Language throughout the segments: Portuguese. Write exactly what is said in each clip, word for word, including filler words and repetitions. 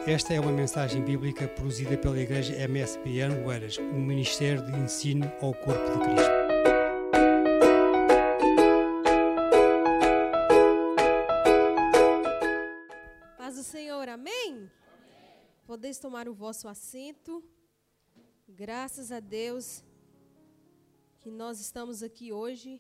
Esta é uma mensagem bíblica produzida pela Igreja M S B N Oeiras, um ministério de ensino ao corpo de Cristo. Paz do Senhor, amém? Amém? Podeis tomar o vosso assento. Graças a Deus que nós estamos aqui hoje.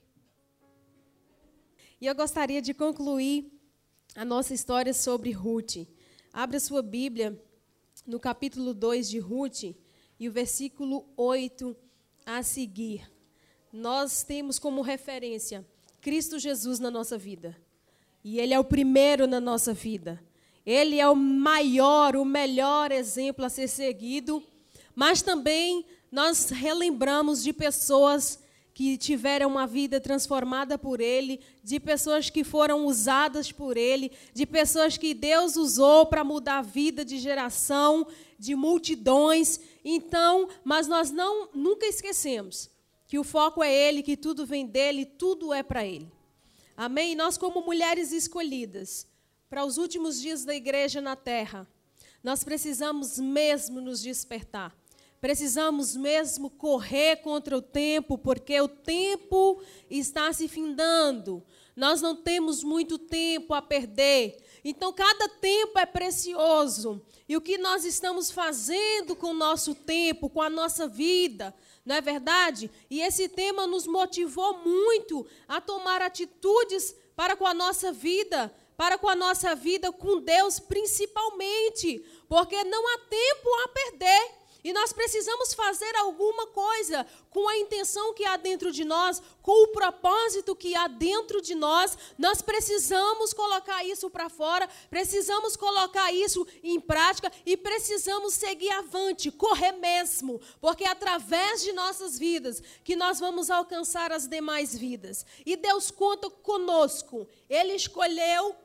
E eu gostaria de concluir a nossa história sobre Ruth. Abra sua Bíblia no capítulo dois de Ruth e o versículo oito a seguir. Nós temos como referência Cristo Jesus na nossa vida. E Ele é o primeiro na nossa vida. Ele é o maior, o melhor exemplo a ser seguido. Mas também nós relembramos de pessoas que tiveram uma vida transformada por Ele, de pessoas que foram usadas por Ele, de pessoas que Deus usou para mudar a vida de geração, de multidões. Então, mas nós não, nunca esquecemos que o foco é Ele, que tudo vem dEle, tudo é para Ele. Amém? E nós, como mulheres escolhidas para os últimos dias da igreja na terra, nós precisamos mesmo nos despertar. Precisamos mesmo correr contra o tempo, porque o tempo está se findando. Nós não temos muito tempo a perder. Então, cada tempo é precioso. E o que nós estamos fazendo com o nosso tempo, com a nossa vida, não é verdade? E esse tema nos motivou muito a tomar atitudes para com a nossa vida, para com a nossa vida com Deus principalmente, porque não há tempo a perder. E nós precisamos fazer alguma coisa com a intenção que há dentro de nós, com o propósito que há dentro de nós. Nós precisamos colocar isso para fora, precisamos colocar isso em prática e precisamos seguir avante, correr mesmo, porque é através de nossas vidas que nós vamos alcançar as demais vidas. E Deus conta conosco. Ele escolheu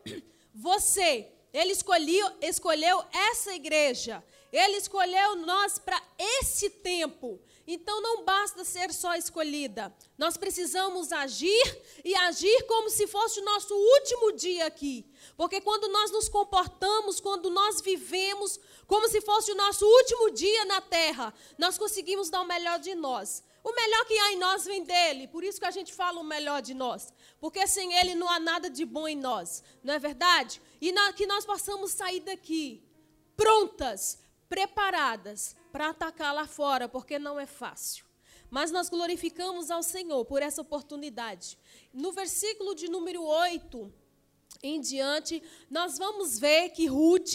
você, Ele escolheu, escolheu essa igreja. Ele escolheu nós para esse tempo. Então, não basta ser só escolhida. Nós precisamos agir e agir como se fosse o nosso último dia aqui. Porque quando nós nos comportamos, quando nós vivemos como se fosse o nosso último dia na terra, nós conseguimos dar o melhor de nós. O melhor que há em nós vem dele. Por isso que a gente fala o melhor de nós. Porque sem ele não há nada de bom em nós. Não é verdade? E na, que nós possamos sair daqui prontas, preparadas para atacar lá fora, porque não é fácil. Mas nós glorificamos ao Senhor por essa oportunidade. No versículo de número oito em diante, nós vamos ver que Ruth,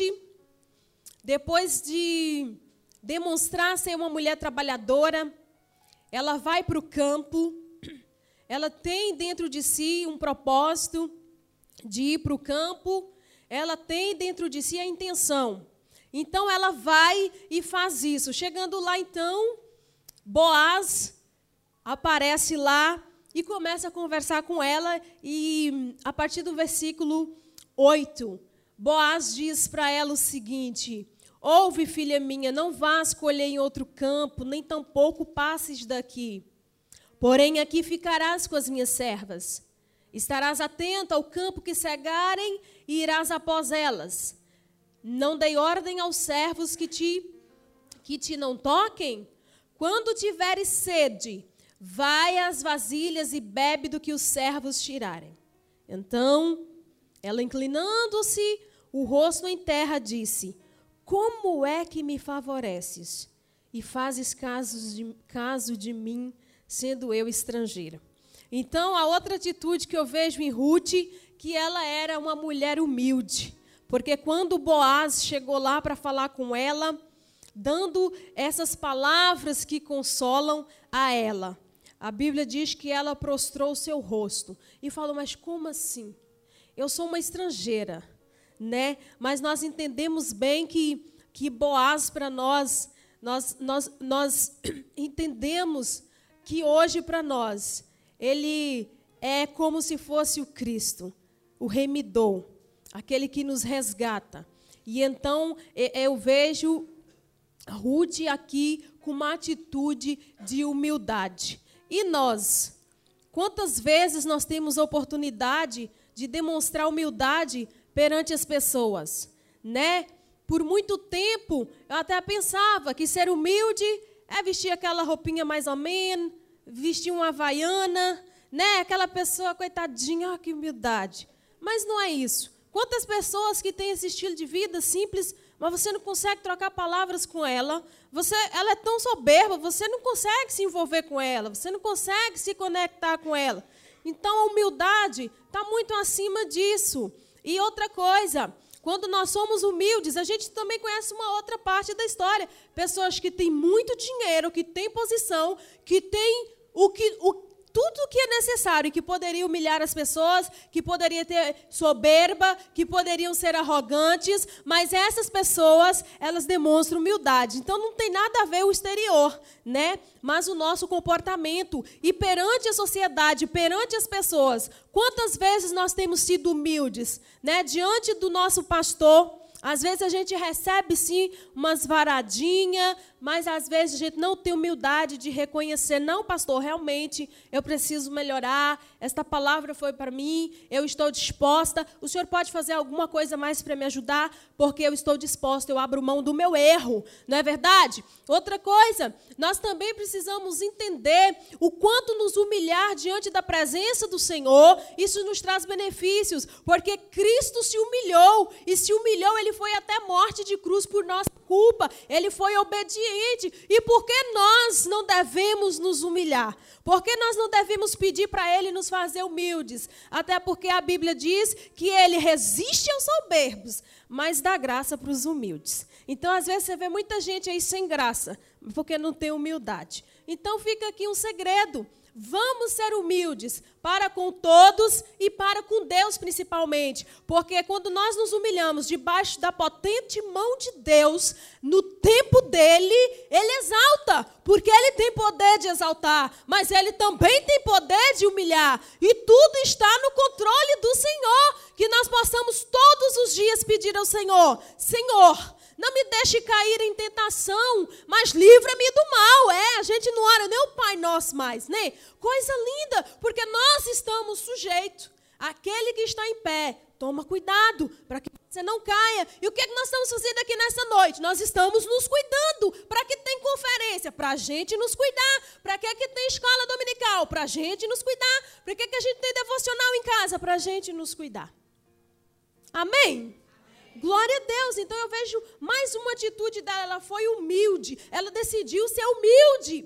depois de demonstrar ser uma mulher trabalhadora, ela vai para o campo, ela tem dentro de si um propósito de ir para o campo, ela tem dentro de si a intenção. Então, ela vai e faz isso. Chegando lá, então, Boaz aparece lá e começa a conversar com ela. E, a partir do versículo oito, Boaz diz para ela o seguinte: ouve, filha minha, não vás colher em outro campo, nem tampouco passes daqui. Porém, aqui ficarás com as minhas servas. Estarás atenta ao campo que cegarem e irás após elas. Não dei ordem aos servos que te, que te não toquem? Quando tiveres sede, vai às vasilhas e bebe do que os servos tirarem. Então, ela inclinando-se, o rosto em terra, disse: como é que me favoreces e fazes caso de, caso de mim, sendo eu estrangeira? Então, a outra atitude que eu vejo em Ruth, que ela era uma mulher humilde. Porque quando Boaz chegou lá para falar com ela, dando essas palavras que consolam a ela, a Bíblia diz que ela prostrou o seu rosto e falou: mas como assim? Eu sou uma estrangeira, né? Mas nós entendemos bem que, que Boaz para nós, nós, nós, nós entendemos que hoje para nós, ele é como se fosse o Cristo, o remidor, aquele que nos resgata. E então eu vejo Ruth aqui com uma atitude de humildade. E nós? Quantas vezes nós temos a oportunidade de demonstrar humildade perante as pessoas, né? por muito tempo, eu até pensava que ser humilde é vestir aquela roupinha mais ou menos, vestir uma havaiana, né? Aquela pessoa, coitadinha, oh, que humildade. Mas não é isso. Quantas pessoas que têm esse estilo de vida simples, mas você não consegue trocar palavras com ela, você, ela é tão soberba, você não consegue se envolver com ela, você não consegue se conectar com ela. Então, a humildade está muito acima disso. E outra coisa, quando nós somos humildes, a gente também conhece uma outra parte da história. Pessoas que têm muito dinheiro, que têm posição, que têm o que... O, tudo o que é necessário, que poderia humilhar as pessoas, que poderia ter soberba, que poderiam ser arrogantes, mas essas pessoas, elas demonstram humildade. Então, não tem nada a ver o exterior, né? Mas o nosso comportamento. E perante a sociedade, perante as pessoas, quantas vezes nós temos sido humildes, né? Diante do nosso pastor. Às vezes a gente recebe, sim, umas varadinhas, mas às vezes a gente não tem humildade de reconhecer, não, pastor, realmente eu preciso melhorar, esta palavra foi para mim, eu estou disposta, o senhor pode fazer alguma coisa mais para me ajudar? Porque eu estou disposta, eu abro mão do meu erro, não é verdade? Outra coisa, nós também precisamos entender o quanto nos humilhar diante da presença do Senhor, isso nos traz benefícios, porque Cristo se humilhou, e se humilhou, ele foi até morte de cruz por nossa culpa, ele foi obediente. E por que nós não devemos nos humilhar? Por que nós não devemos pedir para ele nos fazer humildes? Até porque a Bíblia diz que ele resiste aos soberbos, mas dá graça para os humildes. Então, às vezes, você vê muita gente aí sem graça, porque não tem humildade. Então, fica aqui um segredo. Vamos ser humildes para com todos e para com Deus principalmente, porque quando nós nos humilhamos debaixo da potente mão de Deus, no tempo dele, ele exalta, porque ele tem poder de exaltar, mas ele também tem poder de humilhar, e tudo está no controle do Senhor, que nós possamos todos os dias pedir ao Senhor, Senhor, não me deixe cair em tentação, mas livra-me do mal. É, a gente não ora nem o Pai Nosso mais, né? Coisa linda, porque nós estamos sujeitos. Aquele que está em pé, toma cuidado para que você não caia. E o que, é que nós estamos fazendo aqui nessa noite? Nós estamos nos cuidando. Para que tem conferência? Para a gente nos cuidar. Para que, é que tem escola dominical? Para a gente nos cuidar. Para que, é que a gente tem devocional em casa? Para a gente nos cuidar. Amém? Glória a Deus. Então eu vejo mais uma atitude dela, ela foi humilde, ela decidiu ser humilde.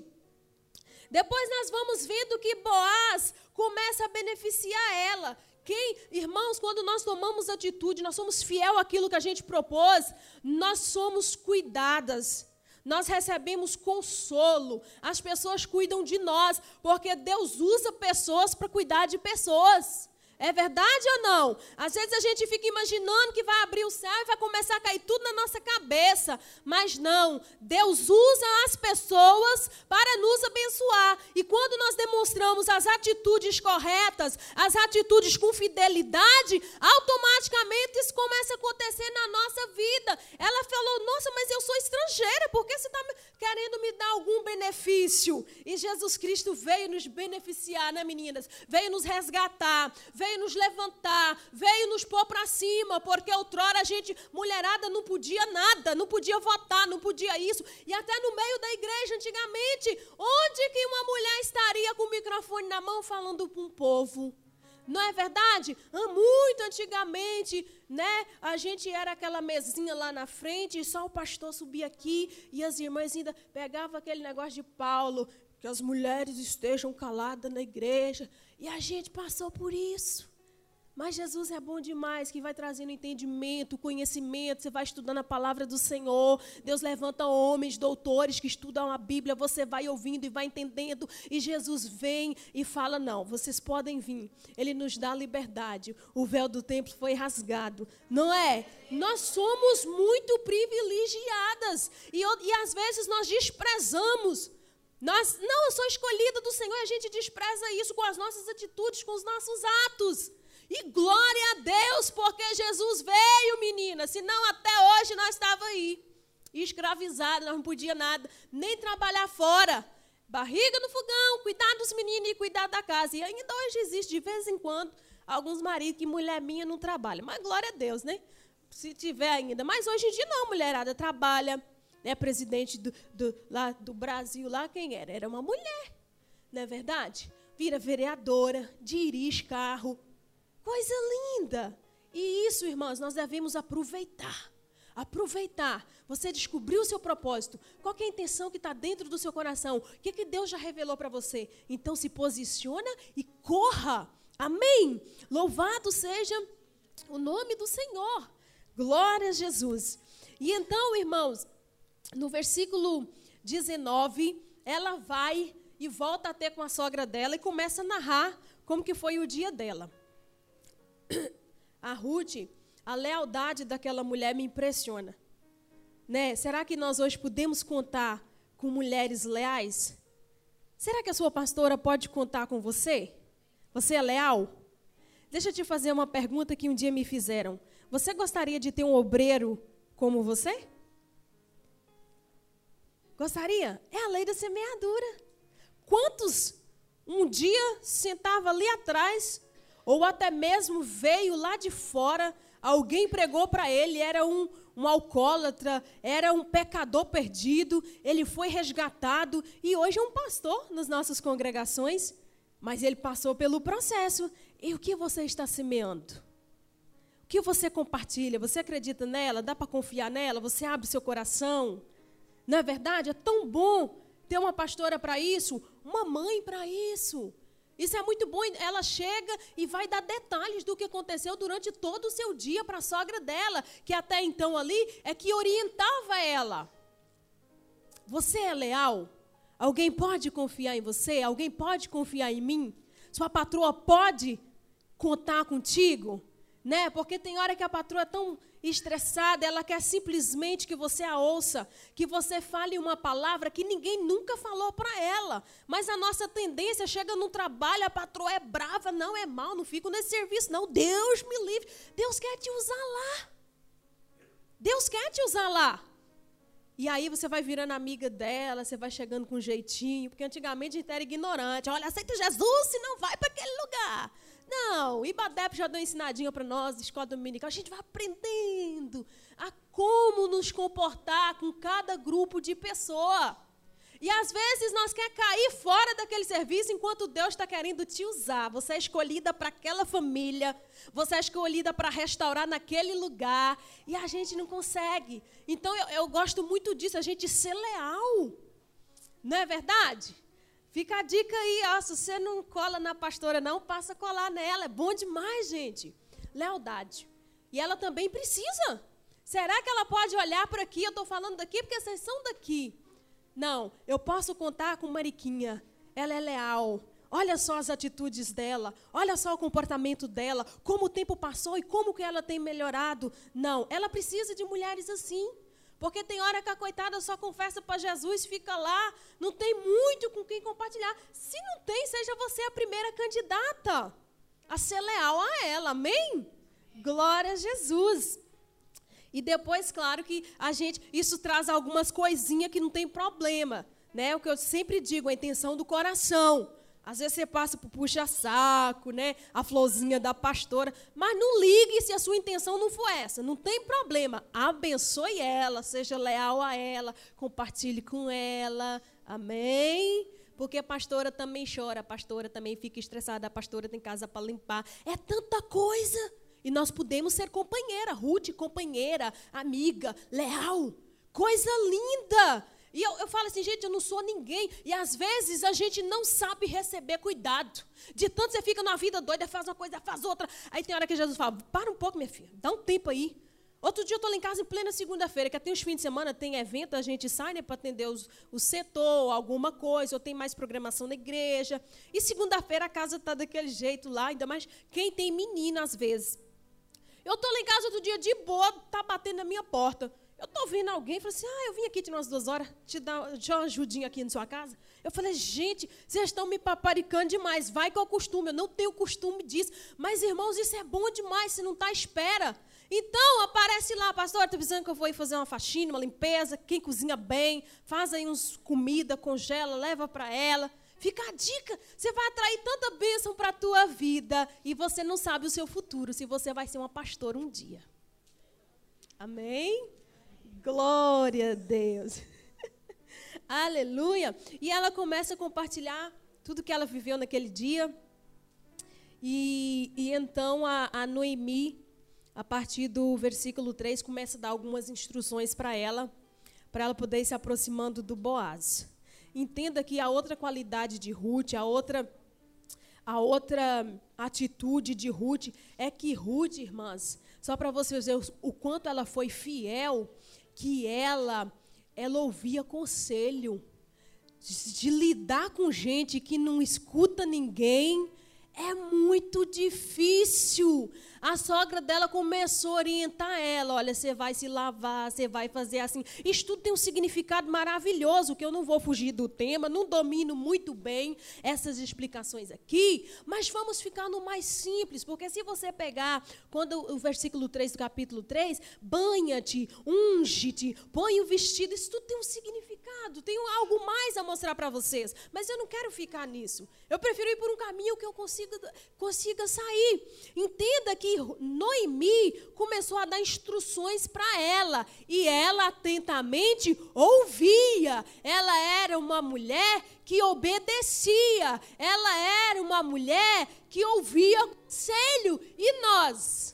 Depois nós vamos vendo que Boaz começa a beneficiar ela. Quem, irmãos, quando nós tomamos atitude, nós somos fiel àquilo que a gente propôs, nós somos cuidadas. Nós recebemos consolo, as pessoas cuidam de nós, porque Deus usa pessoas para cuidar de pessoas. É verdade ou não? Às vezes a gente fica imaginando que vai abrir o céu e vai começar a cair tudo na nossa cabeça. Mas não, Deus usa as pessoas para nos abençoar. E quando nós demonstramos as atitudes corretas, as atitudes com fidelidade, automaticamente isso começa a acontecer na nossa vida. Ela falou, nossa, mas eu sou estrangeira, por que você está querendo me dar algum benefício? E Jesus Cristo veio nos beneficiar, né, meninas? Veio nos resgatar, veio veio nos levantar, veio nos pôr para cima, porque outrora a gente, mulherada, não podia nada, não podia votar, não podia isso, e até no meio da igreja, antigamente, onde que uma mulher estaria com o microfone na mão falando para um povo? Não é verdade? Muito antigamente, né, a gente era aquela mesinha lá na frente, e só o pastor subia aqui, e as irmãs ainda pegavam aquele negócio de Paulo, que as mulheres estejam caladas na igreja, e a gente passou por isso. Mas Jesus é bom demais, que vai trazendo entendimento, conhecimento, você vai estudando a palavra do Senhor, Deus levanta homens, doutores que estudam a Bíblia, você vai ouvindo e vai entendendo, e Jesus vem e fala, não, vocês podem vir, Ele nos dá liberdade, o véu do templo foi rasgado, não é? Nós somos muito privilegiadas, e, e às vezes nós desprezamos. Nós, não, eu sou escolhida do Senhor, e a gente despreza isso com as nossas atitudes, com os nossos atos. E glória a Deus, porque Jesus veio, menina, senão até hoje nós estávamos aí, escravizados, nós não podíamos nada, nem trabalhar fora. Barriga no fogão, cuidar dos meninos e cuidar da casa. E ainda hoje existe, de vez em quando, alguns maridos que mulher minha não trabalha. Mas glória a Deus, né? se tiver ainda. Mas hoje em dia não, mulherada trabalha, né, presidente do, do, lá, do Brasil, lá quem era? Era uma mulher, não é verdade? Vira vereadora, dirige carro, coisa linda. E isso, irmãos, nós devemos aproveitar. Aproveitar. Você descobriu o seu propósito. Qual que é a intenção que está dentro do seu coração? O que, que Deus já revelou para você? Então se posiciona e corra. Amém? Louvado seja o nome do Senhor. Glória a Jesus. E então, irmãos, no versículo dezenove, ela vai e volta a ter com a sogra dela e começa a narrar como que foi o dia dela. A Ruth, a lealdade daquela mulher me impressiona. Né? Será que nós hoje podemos contar com mulheres leais? Será que a sua pastora pode contar com você? Você é leal? Deixa eu te fazer uma pergunta que um dia me fizeram. Você gostaria de ter um obreiro como você? Gostaria? É a lei da semeadura. Quantos um dia sentava ali atrás, ou até mesmo veio lá de fora, alguém pregou para ele, era um, um alcoólatra, era um pecador perdido, ele foi resgatado e hoje é um pastor nas nossas congregações, mas ele passou pelo processo. E o que você está semeando? O que você compartilha? Você acredita nela? Dá para confiar nela? Você abre seu coração? Não é verdade? É tão bom ter uma pastora para isso, uma mãe para isso. Isso é muito bom. Ela chega e vai dar detalhes do que aconteceu durante todo o seu dia para a sogra dela, que até então ali é que orientava ela. Você é leal? Alguém pode confiar em você? Alguém pode confiar em mim? Sua patroa pode contar contigo? Né? Porque tem hora que a patroa é tão estressada, ela quer simplesmente que você a ouça, que você fale uma palavra que ninguém nunca falou para ela. Mas a nossa tendência chega no trabalho, a patroa é brava, não é mal, não fico nesse serviço, não. Deus me livre. Deus quer te usar lá. Deus quer te usar lá. E aí você vai virando amiga dela, você vai chegando com um jeitinho, porque antigamente a gente era ignorante. Olha, aceita Jesus, senão vai para aquele lugar. Não, Ibadep já deu ensinadinha para nós, escola dominical. A gente vai aprendendo a como nos comportar com cada grupo de pessoa. E às vezes nós queremos cair fora daquele serviço enquanto Deus está querendo te usar. Você é escolhida para aquela família, você é escolhida para restaurar naquele lugar, e a gente não consegue. Então eu, eu gosto muito disso, a gente ser leal. Não é verdade? Fica a dica aí, ó, se você não cola na pastora não, passa a colar nela. É bom demais, gente. Lealdade. E ela também precisa. Será que ela pode olhar para aqui? Eu estou falando daqui porque vocês são daqui. Não, eu posso contar com Mariquinha. Ela é leal. Olha só as atitudes dela. Olha só o comportamento dela. Como o tempo passou e como que ela tem melhorado. Não, ela precisa de mulheres assim. Porque tem hora que a coitada só confessa para Jesus, fica lá, não tem muito com quem compartilhar. Se não tem, seja você a primeira candidata a ser leal a ela, amém? Glória a Jesus. E depois, claro que a gente, isso traz algumas coisinhas que não tem problema, né? O que eu sempre digo, a intenção do coração. Às vezes você passa por puxa-saco, né? A florzinha da pastora. Mas não ligue se a sua intenção não for essa. Não tem problema. Abençoe ela, seja leal a ela, compartilhe com ela. Amém? Porque a pastora também chora, a pastora também fica estressada, a pastora tem casa para limpar. É tanta coisa. E nós podemos ser companheira, Ruth, companheira, amiga, leal. Coisa linda. E eu, eu falo assim, gente, eu não sou ninguém. E às vezes a gente não sabe receber cuidado. De tanto você fica numa vida doida, faz uma coisa, faz outra. Aí tem hora que Jesus fala, para um pouco, minha filha, dá um tempo aí. Outro dia eu estou lá em casa em plena segunda-feira, que tem os fins de semana, tem evento, a gente sai, né, para atender os, o setor, alguma coisa, ou tem mais programação na igreja. E segunda-feira a casa está daquele jeito lá, ainda mais quem tem menino às vezes. Eu estou lá em casa outro dia de boa, está batendo na minha porta. Eu estou vendo alguém e falei assim, ah, eu vim aqui de umas duas horas, te dar te uma ajudinha aqui na sua casa. Eu falei, gente, vocês estão me paparicando demais, vai que é o costume, eu não tenho costume disso. Mas, irmãos, isso é bom demais, se não está à espera. Então, aparece lá, pastor, estou precisando que eu vou ir fazer uma faxina, uma limpeza, quem cozinha bem, faz aí uns comida, congela, leva para ela. Fica a dica, você vai atrair tanta bênção para a tua vida e você não sabe o seu futuro, se você vai ser uma pastora um dia. Amém? Glória a Deus. Aleluia. E ela começa a compartilhar tudo que ela viveu naquele dia. E, e então a, a Noemi, a partir do versículo três, começa a dar algumas instruções para ela, para ela poder ir se aproximando do Boaz. Entenda que a outra qualidade de Ruth, a outra, a outra atitude de Ruth, é que Ruth, irmãs, só para vocês verem o quanto ela foi fiel, que ela, ela ouvia conselho, de, de lidar com gente que não escuta ninguém, é muito difícil. A sogra dela começou a orientar ela, olha, você vai se lavar, você vai fazer assim. Isso tudo tem um significado maravilhoso, que eu não vou fugir do tema, não domino muito bem essas explicações aqui, mas vamos ficar no mais simples, porque se você pegar, quando o versículo três do capítulo três, banha-te, unge-te, põe o vestido, isso tudo tem um significado, tem algo mais a mostrar para vocês, mas eu não quero ficar nisso. Eu prefiro ir por um caminho que eu consiga, consiga sair. Entenda que Noemi começou a dar instruções para ela, e ela atentamente ouvia. Ela era uma mulher que obedecia, ela era uma mulher que ouvia conselho. E nós?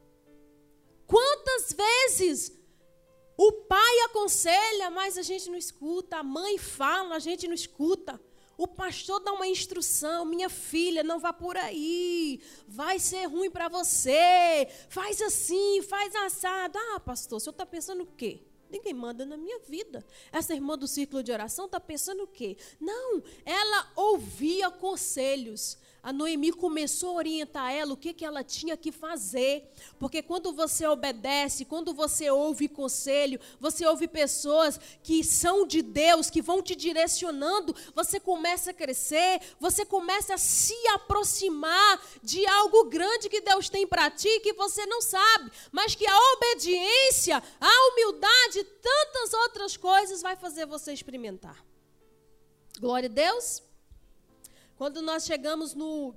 Quantas vezes o pai aconselha, mas a gente não escuta, a mãe fala, a gente não escuta. O pastor dá uma instrução, minha filha, não vá por aí, vai ser ruim para você, faz assim, faz assado. Ah, pastor, o senhor está pensando o quê? Ninguém manda na minha vida. Essa irmã do círculo de oração está pensando o quê? Não, ela ouvia conselhos. A Noemi começou a orientar ela o que, que ela tinha que fazer. Porque quando você obedece, quando você ouve conselho, você ouve pessoas que são de Deus, que vão te direcionando, você começa a crescer, você começa a se aproximar de algo grande que Deus tem para ti, que você não sabe, mas que a obediência, a humildade, tantas outras coisas vai fazer você experimentar. Glória a Deus. Quando nós chegamos no...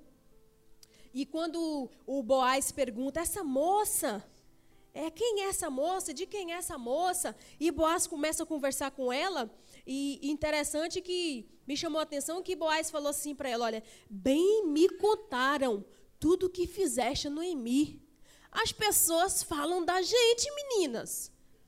E quando o Boaz pergunta, essa moça, é, quem é essa moça? De quem é essa moça? E Boaz começa a conversar com ela. E interessante que me chamou a atenção que Boaz falou assim para ela, olha, bem me contaram tudo o que fizeste a Noemi. As pessoas falam da gente, meninas.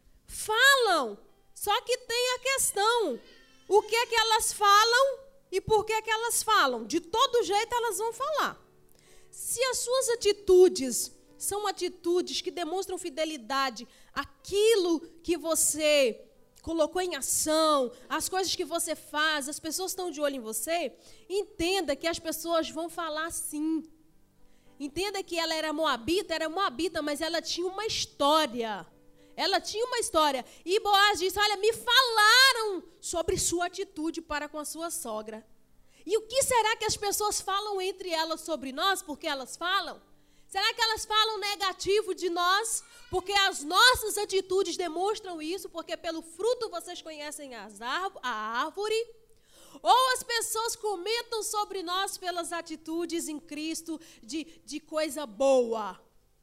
Falam. Só que tem a questão. O que é que elas falam? E por que que elas falam? De todo jeito elas vão falar. Se as suas atitudes são atitudes que demonstram fidelidade àquilo que você colocou em ação, as coisas que você faz, as pessoas estão de olho em você, entenda que as pessoas vão falar sim. Entenda que ela era moabita, era moabita, mas ela tinha uma história. Ela tinha uma história. E Boaz disse, olha, me falaram sobre sua atitude para com a sua sogra. E o que será que as pessoas falam entre elas sobre nós? Porque elas falam? Será que elas falam negativo de nós? Porque as nossas atitudes demonstram isso, porque pelo fruto vocês conhecem as árvore, a árvore. Ou as pessoas comentam sobre nós pelas atitudes em Cristo de, de coisa boa.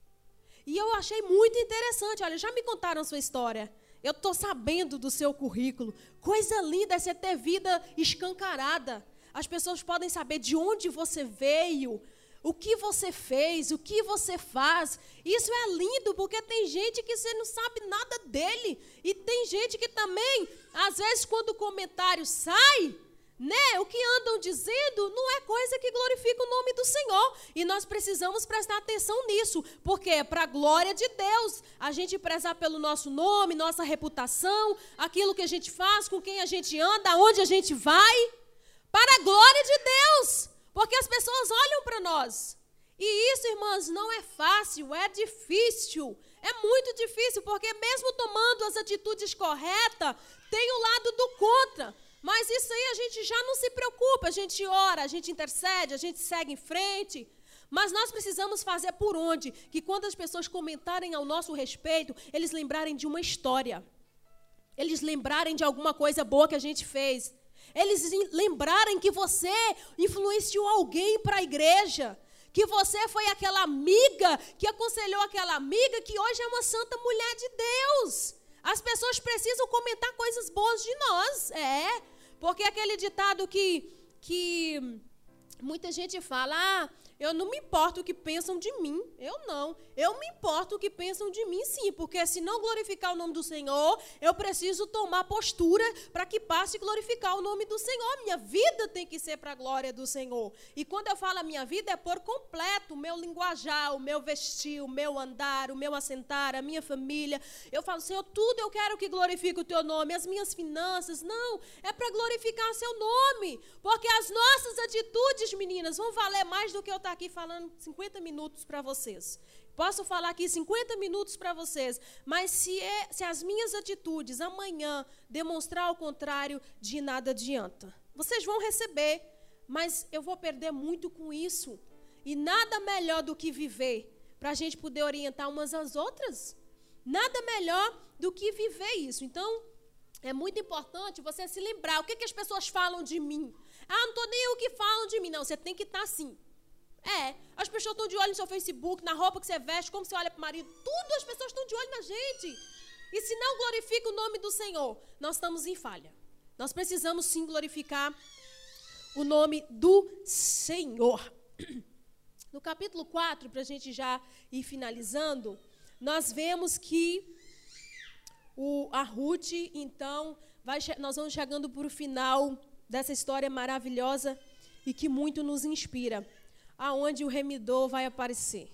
E eu achei muito interessante, olha, já me contaram a sua história, eu estou sabendo do seu currículo, coisa linda é você ter vida escancarada, as pessoas podem saber de onde você veio, o que você fez, o que você faz, isso é lindo, porque tem gente que você não sabe nada dele, e tem gente que também, às vezes quando o comentário sai, né? O que andam dizendo não é coisa que glorifica o nome do Senhor. E nós precisamos prestar atenção nisso. Porque é para a glória de Deus. A gente prezar pelo nosso nome, nossa reputação, aquilo que a gente faz, com quem a gente anda, aonde a gente vai. Para a glória de Deus. Porque as pessoas olham para nós. E isso, irmãs, não é fácil, é difícil. É muito difícil, porque mesmo tomando as atitudes corretas, tem o lado do contra. Mas isso aí a gente já não se preocupa, a gente ora, a gente intercede, a gente segue em frente. Mas nós precisamos fazer por onde? Que quando as pessoas comentarem ao nosso respeito, eles lembrarem de uma história. Eles lembrarem de alguma coisa boa que a gente fez. Eles lembrarem que você influenciou alguém para a igreja. que você foi aquela amiga que aconselhou aquela amiga que hoje é uma santa mulher de Deus. As pessoas precisam comentar coisas boas de nós, é, porque aquele ditado que, que muita gente fala, ah, eu não me importo o que pensam de mim. Eu não. Eu me importo o que pensam de mim, sim. Porque se não glorificar o nome do Senhor, eu preciso tomar postura para que passe a glorificar o nome do Senhor. Minha vida tem que ser para a glória do Senhor. E quando eu falo a minha vida, é por completo. O meu linguajar, o meu vestir, o meu andar, o meu assentar, a minha família. Eu falo, Senhor, tudo eu quero que glorifique o teu nome. As minhas finanças. Não, é para glorificar o seu nome. Porque as nossas atitudes, meninas, vão valer mais do que eu estar aqui falando cinquenta minutos para vocês. Posso falar aqui cinquenta minutos para vocês, mas se, é, se as minhas atitudes amanhã demonstrar o contrário, de nada adianta. Vocês vão receber, mas eu vou perder muito com isso. E nada melhor do que viver, para a gente poder orientar umas às outras. Nada melhor do que viver isso. Então, é muito importante você se lembrar, o que, que as pessoas falam de mim? Ah, não estou nem o que falam de mim. Não, você tem que estar assim. É, as pessoas estão de olho no seu Facebook, na roupa que você veste, como você olha para o marido. Tudo as pessoas estão de olho na gente. E se não glorifica o nome do Senhor, nós estamos em falha. Nós precisamos sim glorificar o nome do Senhor. No capítulo quatro, para a gente já ir finalizando, nós vemos que o, a Ruth, então, vai, nós vamos chegando para o final dessa história maravilhosa e que muito nos inspira, aonde o remidor vai aparecer.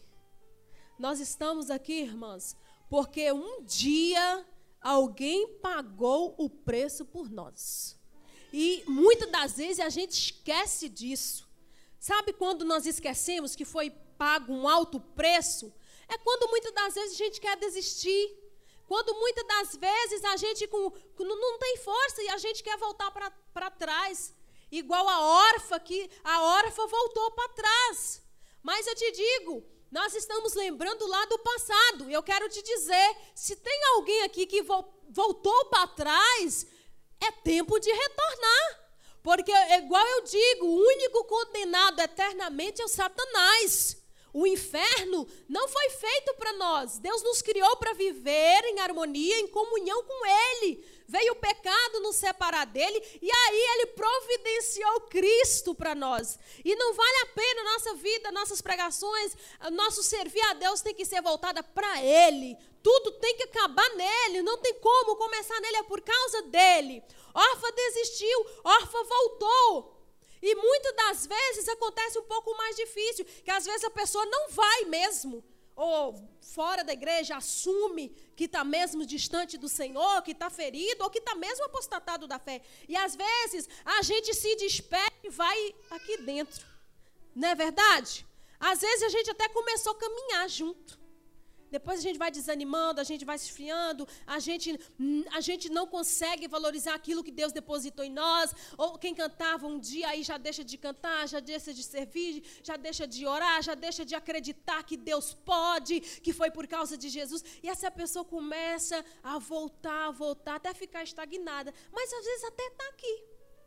Nós estamos aqui, irmãs, porque um dia alguém pagou o preço por nós. E muitas das vezes a gente esquece disso. Sabe quando nós esquecemos que foi pago um alto preço? É quando muitas das vezes a gente quer desistir. Quando muitas das vezes a gente com, com, não tem força e a gente quer voltar para trás. Igual a órfã, que a órfã voltou para trás. Mas eu te digo, nós estamos lembrando lá do passado. Eu quero te dizer, se tem alguém aqui que vo, voltou para trás, é tempo de retornar. Porque, igual eu digo, o único condenado eternamente é o Satanás. O inferno não foi feito para nós. Deus nos criou para viver em harmonia, em comunhão com Ele. Veio o pecado nos separar dele e aí Ele providenciou Cristo para nós. E não vale a pena a nossa vida, nossas pregações, nosso servir a Deus tem que ser voltada para Ele. Tudo tem que acabar nele, não tem como começar nele, é por causa dele. Órfã desistiu, órfã voltou. E muitas das vezes acontece um pouco mais difícil, que às vezes a pessoa não vai mesmo, ou fora da igreja assume que está mesmo distante do Senhor, que está ferido, ou que está mesmo apostatado da fé. E às vezes a gente se despede e vai aqui dentro. Não é verdade? Às vezes a gente até começou a caminhar junto. Depois a gente vai desanimando, a gente vai se esfriando, a gente, a gente não consegue valorizar aquilo que Deus depositou em nós. Ou quem cantava um dia aí já deixa de cantar, já deixa de servir, já deixa de orar, já deixa de acreditar que Deus pode, que foi por causa de Jesus. E essa pessoa começa a voltar, a voltar, até ficar estagnada. Mas às vezes até está aqui.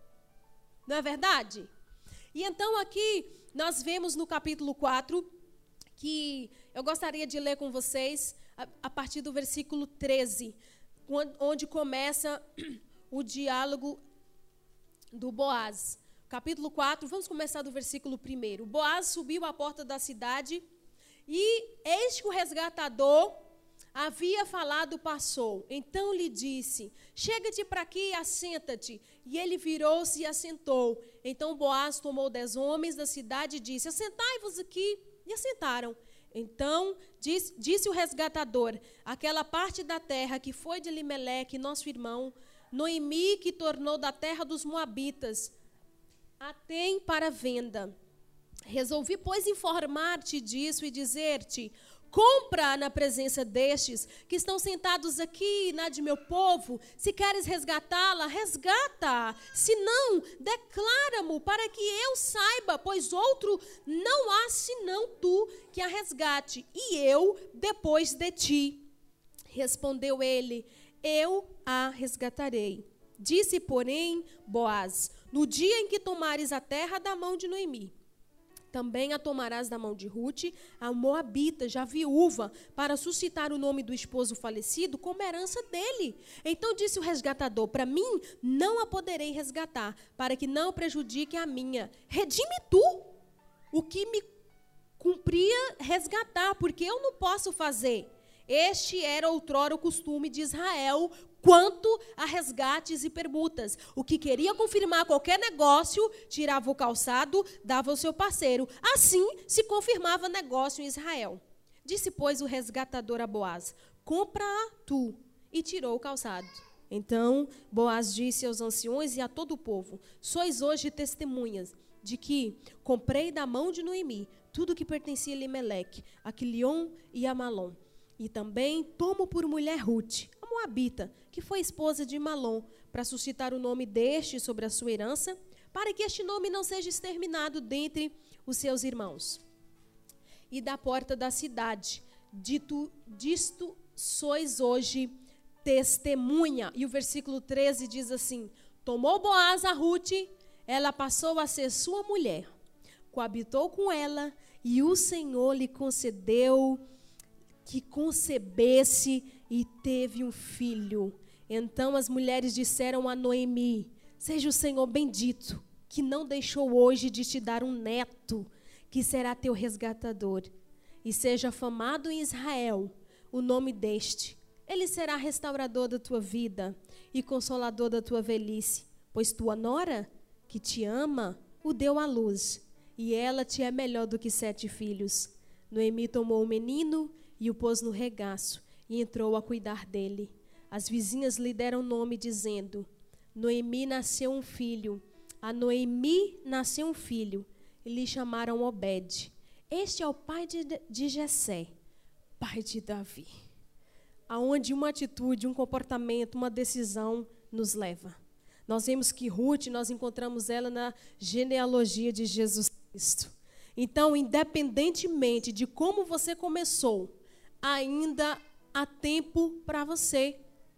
Não é verdade? E então aqui nós vemos no capítulo quatro... que eu gostaria de ler com vocês a, a partir do versículo treze, onde começa o diálogo do Boaz. Capítulo quatro, vamos começar do versículo primeiro. Boaz subiu à porta da cidade e eis que o resgatador havia falado, passou. Então lhe disse, chega-te para aqui e assenta-te. E ele virou-se e assentou. Então Boaz tomou dez homens da cidade e disse, assentai-vos aqui. E assentaram. Então, disse, disse o resgatador, aquela parte da terra que foi de Elimeleque, nosso irmão, Noemi, que tornou da terra dos Moabitas, a tem para venda. Resolvi, pois, informar-te disso e dizer-te, compra na presença destes, que estão sentados aqui, na de meu povo. Se queres resgatá-la, resgata. Se não, declara-mo, para que eu saiba, pois outro não há senão tu que a resgate, e eu depois de ti. Respondeu ele, eu a resgatarei. Disse, porém, Boaz, no dia em que tomares a terra da mão de Noemi, Também a tomarás da mão de Rute, a moabita, já viúva, para suscitar o nome do esposo falecido como herança dele. Então disse o resgatador, para mim não a poderei resgatar, para que não prejudique a minha. Redime tu o que me cumpria resgatar, porque eu não posso fazer. Este era outrora o costume de Israel quanto a resgates e permutas. O que queria confirmar qualquer negócio, tirava o calçado, dava ao seu parceiro. Assim se confirmava negócio em Israel. Disse, pois, o resgatador a Boaz, compra tu, e tirou o calçado. Então Boaz disse aos anciões e a todo o povo, sois hoje testemunhas de que comprei da mão de Noemi tudo que pertencia a Elimeleque, a Quilion e a Malom. E também tomo por mulher Rute, a moabita, que foi esposa de Malom, para suscitar o nome deste sobre a sua herança, para que este nome não seja exterminado dentre os seus irmãos. E da porta da cidade, dito, disto sois hoje testemunha. E o versículo treze diz assim, tomou Boaz a Rute, ela passou a ser sua mulher, coabitou com ela, e o Senhor lhe concedeu que concebesse e teve um filho. Então as mulheres disseram a Noemi, seja o Senhor bendito, que não deixou hoje de te dar um neto, que será teu resgatador. E seja afamado em Israel o nome deste. Ele será restaurador da tua vida e consolador da tua velhice, pois tua nora, que te ama, o deu à luz, e ela te é melhor do que sete filhos. Noemi tomou o menino e o pôs no regaço, e entrou a cuidar dele. As vizinhas lhe deram nome, dizendo, Noemi nasceu um filho. A Noemi nasceu um filho, e lhe chamaram Obed. Este é o pai de, de Jessé, pai de Davi. Aonde uma atitude, um comportamento, uma decisão nos leva. Nós vemos que Rute, nós encontramos ela na genealogia de Jesus Cristo. Então, independentemente de como você começou, ainda há tempo para você.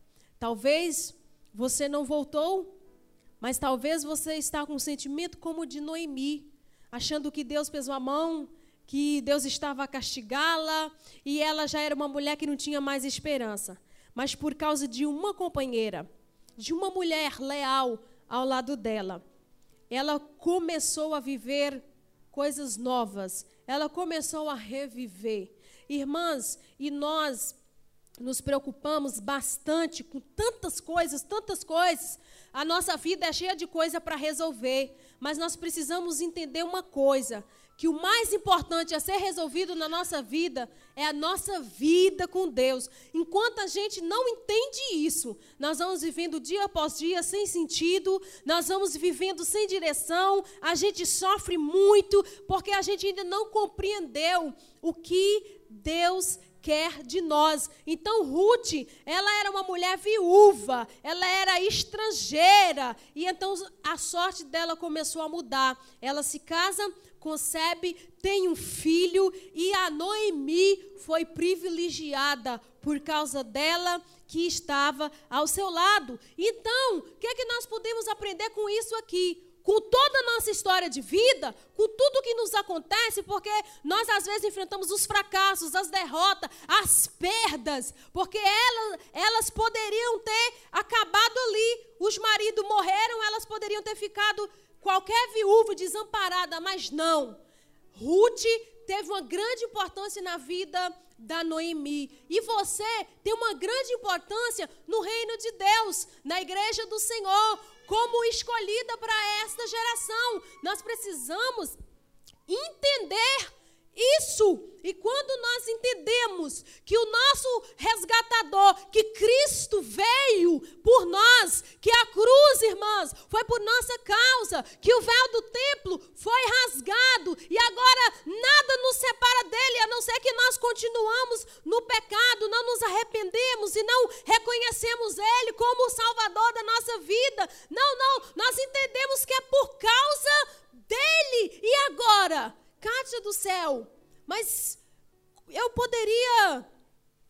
Talvez você não voltou, mas talvez você está com um sentimento como o de Noemi, achando que Deus pesou a mão, que Deus estava a castigá-la, e ela já era uma mulher que não tinha mais esperança. Mas por causa de uma companheira, de uma mulher leal ao lado dela, ela começou a viver coisas novas, ela começou a reviver. Irmãs, e nós nos preocupamos bastante com tantas coisas, tantas coisas. A nossa vida é cheia de coisa para resolver, mas nós precisamos entender uma coisa, que o mais importante a ser resolvido na nossa vida é a nossa vida com Deus. Enquanto a gente não entende isso, nós vamos vivendo dia após dia sem sentido, nós vamos vivendo sem direção, a gente sofre muito, porque a gente ainda não compreendeu o que Deus quer de nós. Então Rute, ela era uma mulher viúva, ela era estrangeira, e então a sorte dela começou a mudar. Ela se casa, concebe, tem um filho, e a Noemi foi privilegiada por causa dela que estava ao seu lado. Então, o que é que nós podemos aprender com isso aqui? Com toda a nossa história de vida, com tudo que nos acontece, porque nós às vezes enfrentamos os fracassos, as derrotas, as perdas, porque elas, elas poderiam ter acabado ali, os maridos morreram, elas poderiam ter ficado qualquer viúva desamparada, mas não. Rute teve uma grande importância na vida da Noemi. E você tem uma grande importância no reino de Deus, na igreja do Senhor, como escolhida para esta geração. Nós precisamos entender isso. E quando nós entendemos que o nosso resgatador, que Cristo veio por nós, que a cruz, irmãs, foi por nossa causa, que o véu do templo foi rasgado e agora nada nos separa dele, a não ser que nós continuamos no pecado, não nos arrependemos e não reconhecemos ele como o Salvador da nossa vida. Não, não, nós entendemos que é por causa dele. E agora, Kátia do céu, mas eu poderia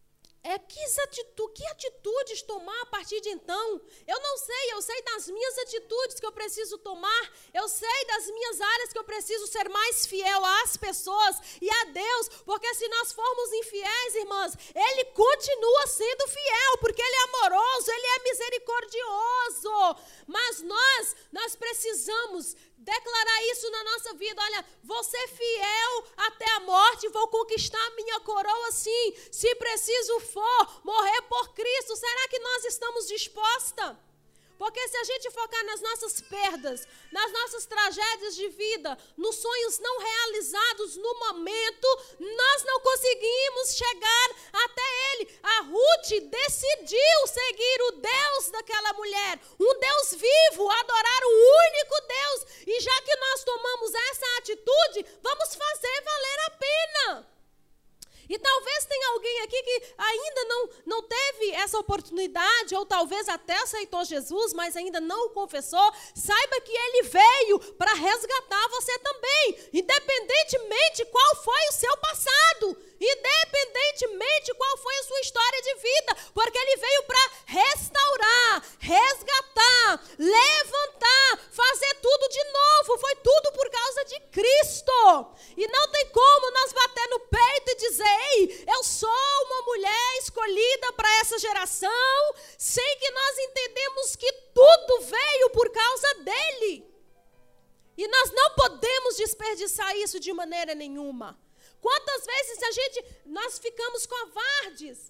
É, que, atitude, que atitudes tomar a partir de então? Eu não sei, eu sei das minhas atitudes que eu preciso tomar, eu sei das minhas áreas que eu preciso ser mais fiel às pessoas e a Deus, porque se nós formos infiéis, irmãs, Ele continua sendo fiel, porque Ele é amoroso, Ele é misericordioso, mas nós, nós precisamos declarar isso na nossa vida. Olha, vou ser fiel até a morte, vou conquistar a minha coroa sim, se preciso for, morrer por Cristo. Será que nós estamos dispostas? Porque se a gente focar nas nossas perdas, nas nossas tragédias de vida, nos sonhos não realizados no momento, nós não conseguimos chegar até Ele. A Ruth decidiu seguir o Deus daquela mulher, um Deus vivo, adorar o único Deus. E já que nós tomamos essa atitude, vamos fazer valer a pena. E talvez tenha alguém aqui que ainda não, não teve essa oportunidade, ou talvez até aceitou Jesus, mas ainda não o confessou. Saiba que Ele veio para resgatar você também, independentemente qual foi o seu passado, independentemente qual foi a sua história de vida, porque Ele veio para restaurar, resgatar, levantar, fazer tudo de novo. Foi tudo por causa de Cristo. E não tem como nós bater no peito e dizer: ei, eu sou uma mulher escolhida para essa geração, sem que nós entendemos que tudo veio por causa dele. E nós não podemos desperdiçar isso de maneira nenhuma. Quantas vezes a gente, nós ficamos covardes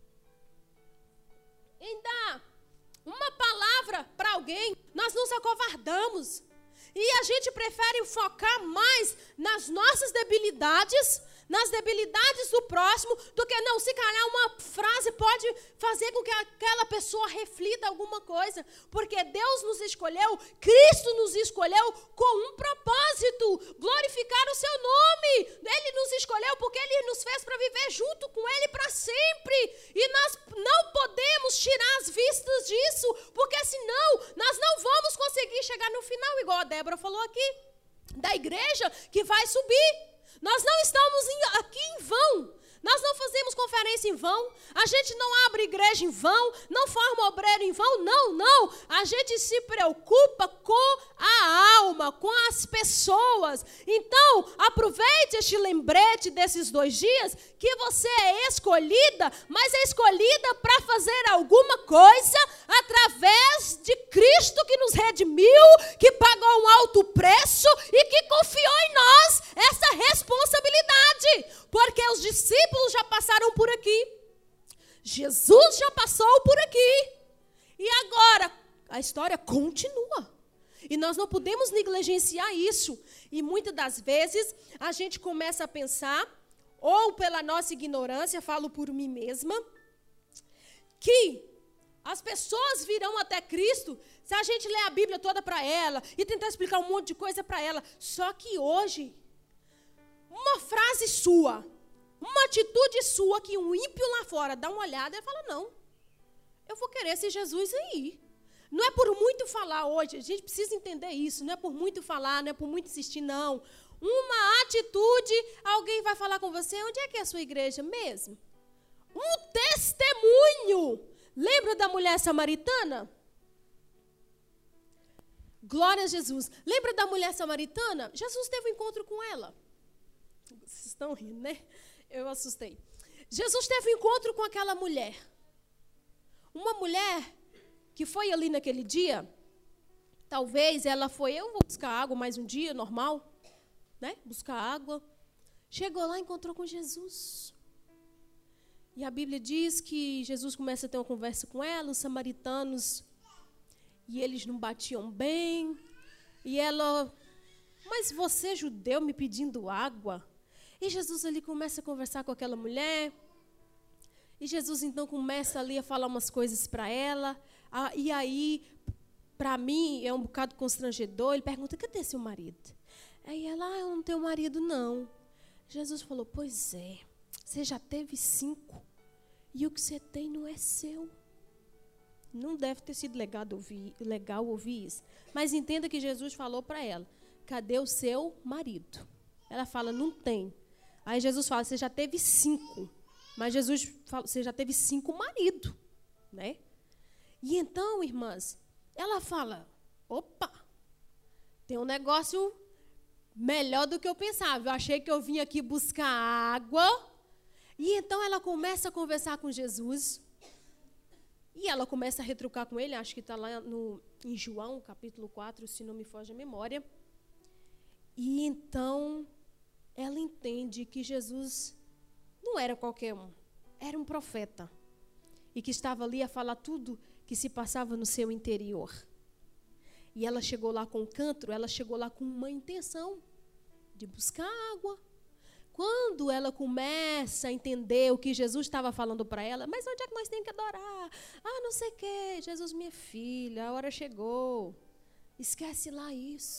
em dar uma palavra para alguém, nós nos acovardamos. E a gente prefere focar mais nas nossas debilidades, nas debilidades do próximo, do que não, se calhar uma frase pode fazer com que aquela pessoa reflita alguma coisa, porque Deus nos escolheu, Cristo nos escolheu com um propósito, glorificar o seu nome. Ele nos escolheu porque Ele nos fez para viver junto com Ele para sempre, e nós não podemos tirar as vistas disso, porque senão nós não vamos conseguir chegar no final, igual a Débora falou aqui, da igreja que vai subir. Nós não estamos em, aqui em vão, nós não fazemos conferência em vão, a gente não abre igreja em vão, não forma obreiro em vão, não, não. A gente se preocupa com a alma, com as pessoas. Então, aproveite este lembrete desses dois dias, que você é escolhida, mas é escolhida para fazer alguma coisa através de Cristo que nos redimiu, que pagou um alto preço e que confiou em nós essa responsabilidade. Porque os discípulos já passaram por aqui, Jesus já passou por aqui, e agora a história continua. E nós não podemos negligenciar isso. E muitas das vezes a gente começa a pensar, ou pela nossa ignorância, falo por mim mesma, que as pessoas virão até Cristo se a gente ler a Bíblia toda para ela e tentar explicar um monte de coisa para ela. Só que hoje, uma frase sua, uma atitude sua, que um ímpio lá fora dá uma olhada e fala: não, eu vou querer esse Jesus aí. Não é por muito falar hoje, a gente precisa entender isso, não é por muito falar, não é por muito insistir, não. Uma atitude, alguém vai falar com você: onde é que é a sua igreja mesmo? Um testemunho. Lembra da mulher samaritana? Glória a Jesus. Lembra da mulher samaritana? Jesus teve um encontro com ela. Vocês estão rindo, né? Eu assustei. Jesus teve um encontro com aquela mulher. Uma mulher que foi ali naquele dia, talvez ela foi, eu vou buscar água mais um dia, normal, né? Buscar água. Chegou lá e encontrou com Jesus. E a Bíblia diz que Jesus começa a ter uma conversa com ela, os samaritanos, e eles não batiam bem. E ela: mas você, judeu, me pedindo água? E Jesus ali começa a conversar com aquela mulher. E Jesus então começa ali a falar umas coisas para ela. Ah, e aí, para mim, é um bocado constrangedor. Ele pergunta: cadê seu marido? Aí ela: ah, eu não tenho marido, não. Jesus falou: pois é, você já teve cinco, e o que você tem não é seu. Não deve ter sido legal ouvir, legal ouvir isso. Mas entenda que Jesus falou para ela: cadê o seu marido? Ela fala: não tem. Aí Jesus fala: você já teve cinco. Mas Jesus falou, você já teve cinco maridos, né? E então, irmãs, ela fala, opa, tem um negócio melhor do que eu pensava. Eu achei que eu vim aqui buscar água. E então ela começa a conversar com Jesus. E ela começa a retrucar com ele, acho que está lá no, em João, capítulo quatro, se não me foge a memória. E então ela entende que Jesus não era qualquer um, era um profeta. E que estava ali a falar tudo que se passava no seu interior. E ela chegou lá com um cântaro, ela chegou lá com uma intenção de buscar água. Quando ela começa a entender o que Jesus estava falando para ela, mas onde é que nós temos que adorar? Ah, não sei o quê. Jesus, minha filha, a hora chegou. Esquece lá isso.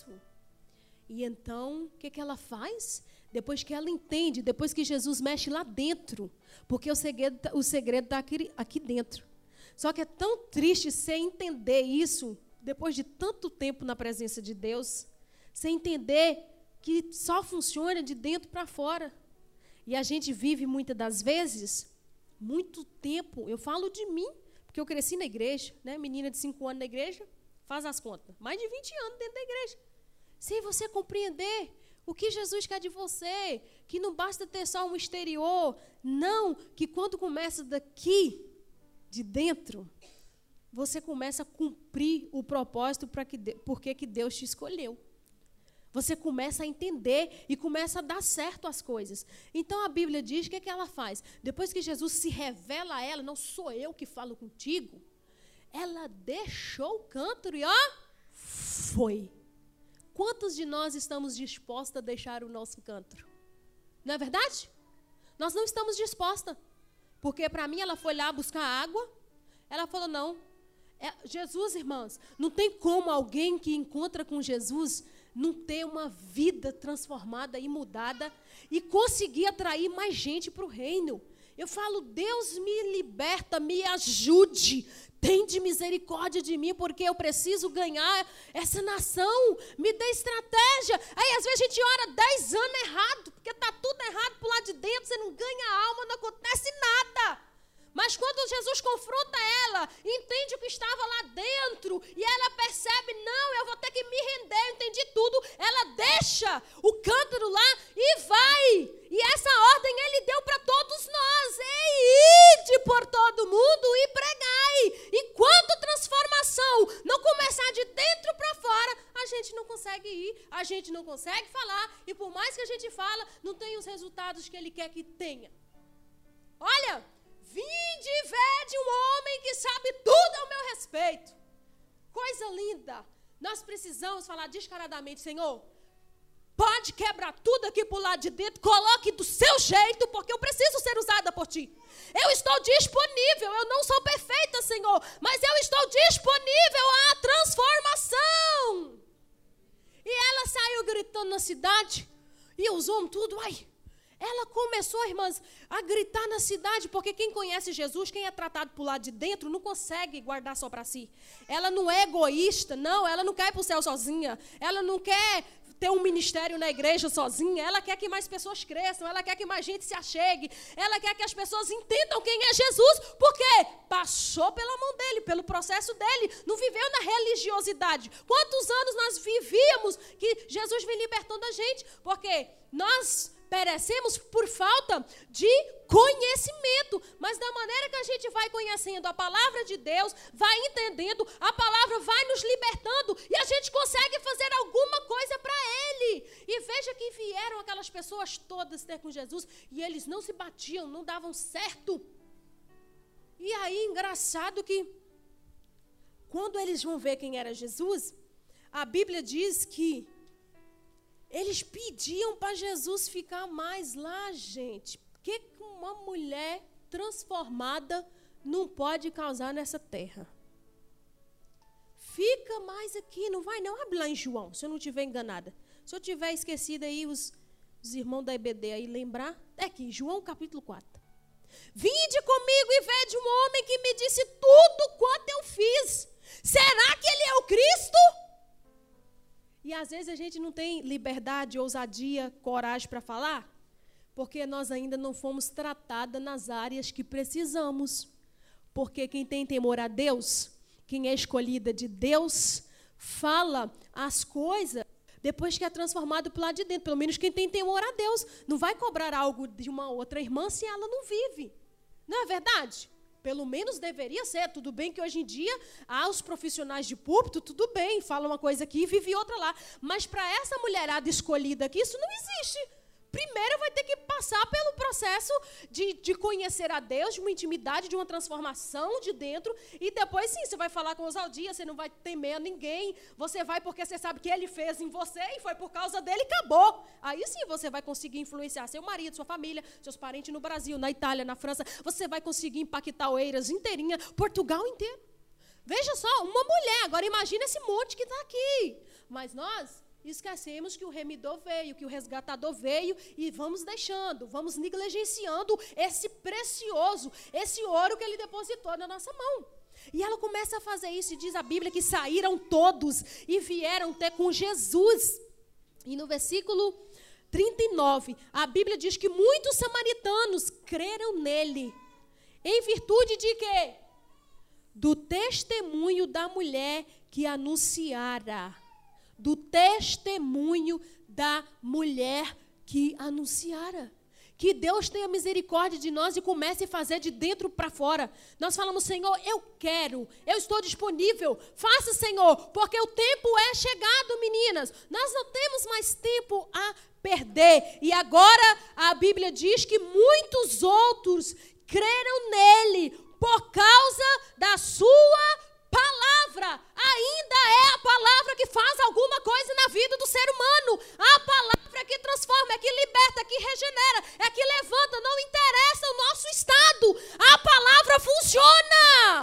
E então, o que, que ela faz? Depois que ela entende, depois que Jesus mexe lá dentro, porque o segredo o segredo está aqui, aqui dentro. Só que é tão triste você entender isso, depois de tanto tempo na presença de Deus, você entender que só funciona de dentro para fora. E a gente vive, muitas das vezes, muito tempo, eu falo de mim, porque eu cresci na igreja, né? Menina de cinco anos na igreja, faz as contas, mais de vinte anos dentro da igreja. Sem você compreender o que Jesus quer de você, que não basta ter só um exterior, não, que quando começa daqui, de dentro, você começa a cumprir o propósito para que, porque que Deus te escolheu. Você começa a entender e começa a dar certo as coisas. Então a Bíblia diz, o que, é que ela faz? Depois que Jesus se revela a ela, não sou eu que falo contigo, ela deixou o cântaro e ó, foi. Quantos de nós estamos dispostos a deixar o nosso cântaro? Não é verdade? Nós não estamos dispostas. Porque para mim ela foi lá buscar água, ela falou, não, é, Jesus, irmãs, não tem como alguém que encontra com Jesus não ter uma vida transformada e mudada e conseguir atrair mais gente para o reino. Eu falo, Deus me liberta, me ajude, tende misericórdia de mim, porque eu preciso ganhar essa nação, me dê estratégia. Aí às vezes a gente ora dez anos errado, porque está tudo errado por lá de dentro, você não ganha alma, não acontece nada. Mas quando Jesus confronta ela, entende o que estava lá dentro, e ela percebe, não, eu vou ter que me render, eu entendi tudo, ela deixa o cântaro lá e vai. E essa ordem ele deu para todos nós, é ide por todo mundo e pregai. Enquanto transformação não começar de dentro para fora, a gente não consegue ir, a gente não consegue falar, e por mais que a gente fala, não tem os resultados que ele quer que tenha. Olha, vinde e vede um homem que sabe tudo ao meu respeito. Coisa linda. Nós precisamos falar descaradamente, Senhor, pode quebrar tudo aqui por lado de dentro, coloque do seu jeito, porque eu preciso ser usada por ti. Eu estou disponível, eu não sou perfeita, Senhor, mas eu estou disponível à transformação. E ela saiu gritando na cidade, e os homens tudo, ai... Ela começou, irmãs, a gritar na cidade, porque quem conhece Jesus, quem é tratado por lá de dentro, não consegue guardar só para si. Ela não é egoísta, não, ela não quer ir para o céu sozinha, ela não quer ter um ministério na igreja sozinha, ela quer que mais pessoas cresçam, ela quer que mais gente se achegue, ela quer que as pessoas entendam quem é Jesus, porque passou pela mão dele, pelo processo dele, não viveu na religiosidade. Quantos anos nós vivíamos que Jesus vem libertando a gente? Porque nós perecemos por falta de conhecimento, mas da maneira que a gente vai conhecendo a palavra de Deus, vai entendendo, a palavra vai nos libertando e a gente consegue fazer alguma coisa para Ele. E veja que vieram aquelas pessoas todas ter com Jesus e eles não se batiam, não davam certo. E aí, engraçado que quando eles vão ver quem era Jesus, a Bíblia diz que eles pediam para Jesus ficar mais lá, gente. O que uma mulher transformada não pode causar nessa terra? Fica mais aqui, não vai não. Abre lá em João, se eu não estiver enganada. Se eu tiver esquecido aí, os, os irmãos da E B D aí lembrar. É aqui, João capítulo quatro. Vinde comigo e vede um homem que me disse tudo quanto eu fiz. Será que ele é o Cristo? E às vezes a gente não tem liberdade, ousadia, coragem para falar, Porque nós ainda não fomos tratadas nas áreas que precisamos. Porque quem tem temor a Deus, quem é escolhida de Deus, fala as coisas depois que é transformado para o lado de dentro. Pelo menos quem tem temor a Deus não vai cobrar algo de uma outra irmã se ela não vive. Não é verdade? Pelo menos deveria ser. Tudo bem que hoje em dia há os profissionais de púlpito, tudo bem, fala uma coisa aqui e vive outra lá. Mas para essa mulherada escolhida aqui, isso não existe. Primeiro vai ter que passar pelo processo de, de conhecer a Deus, de uma intimidade, de uma transformação de dentro. E depois, sim, você vai falar com ousadia, você não vai temer a ninguém. Você vai porque você sabe que Ele fez em você e foi por causa dele e acabou. Aí sim você vai conseguir influenciar seu marido, sua família, seus parentes no Brasil, na Itália, na França. Você vai conseguir impactar Oeiras inteirinha, Portugal inteiro. Veja só, uma mulher. Agora imagina esse monte que está aqui. Mas nós... esquecemos que o remidor veio, que o resgatador veio e vamos deixando, vamos negligenciando esse precioso, esse ouro que ele depositou na nossa mão. E ela começa a fazer isso e diz a Bíblia que saíram todos e vieram ter com Jesus. E no versículo trinta e nove, a Bíblia diz que muitos samaritanos creram nele. Em virtude de quê? Do testemunho da mulher que anunciara. Do testemunho da mulher que anunciara. Que Deus tenha misericórdia de nós e comece a fazer de dentro para fora. Nós falamos, Senhor, eu quero, eu estou disponível. Faça, Senhor, porque o tempo é chegado, meninas. Nós não temos mais tempo a perder. E agora a Bíblia diz que muitos outros creram nele por causa da sua palavra. Ainda é a palavra que faz alguma coisa na vida do ser humano. A palavra que transforma, é que liberta, é que regenera, é que levanta. Não interessa o nosso estado. A palavra funciona.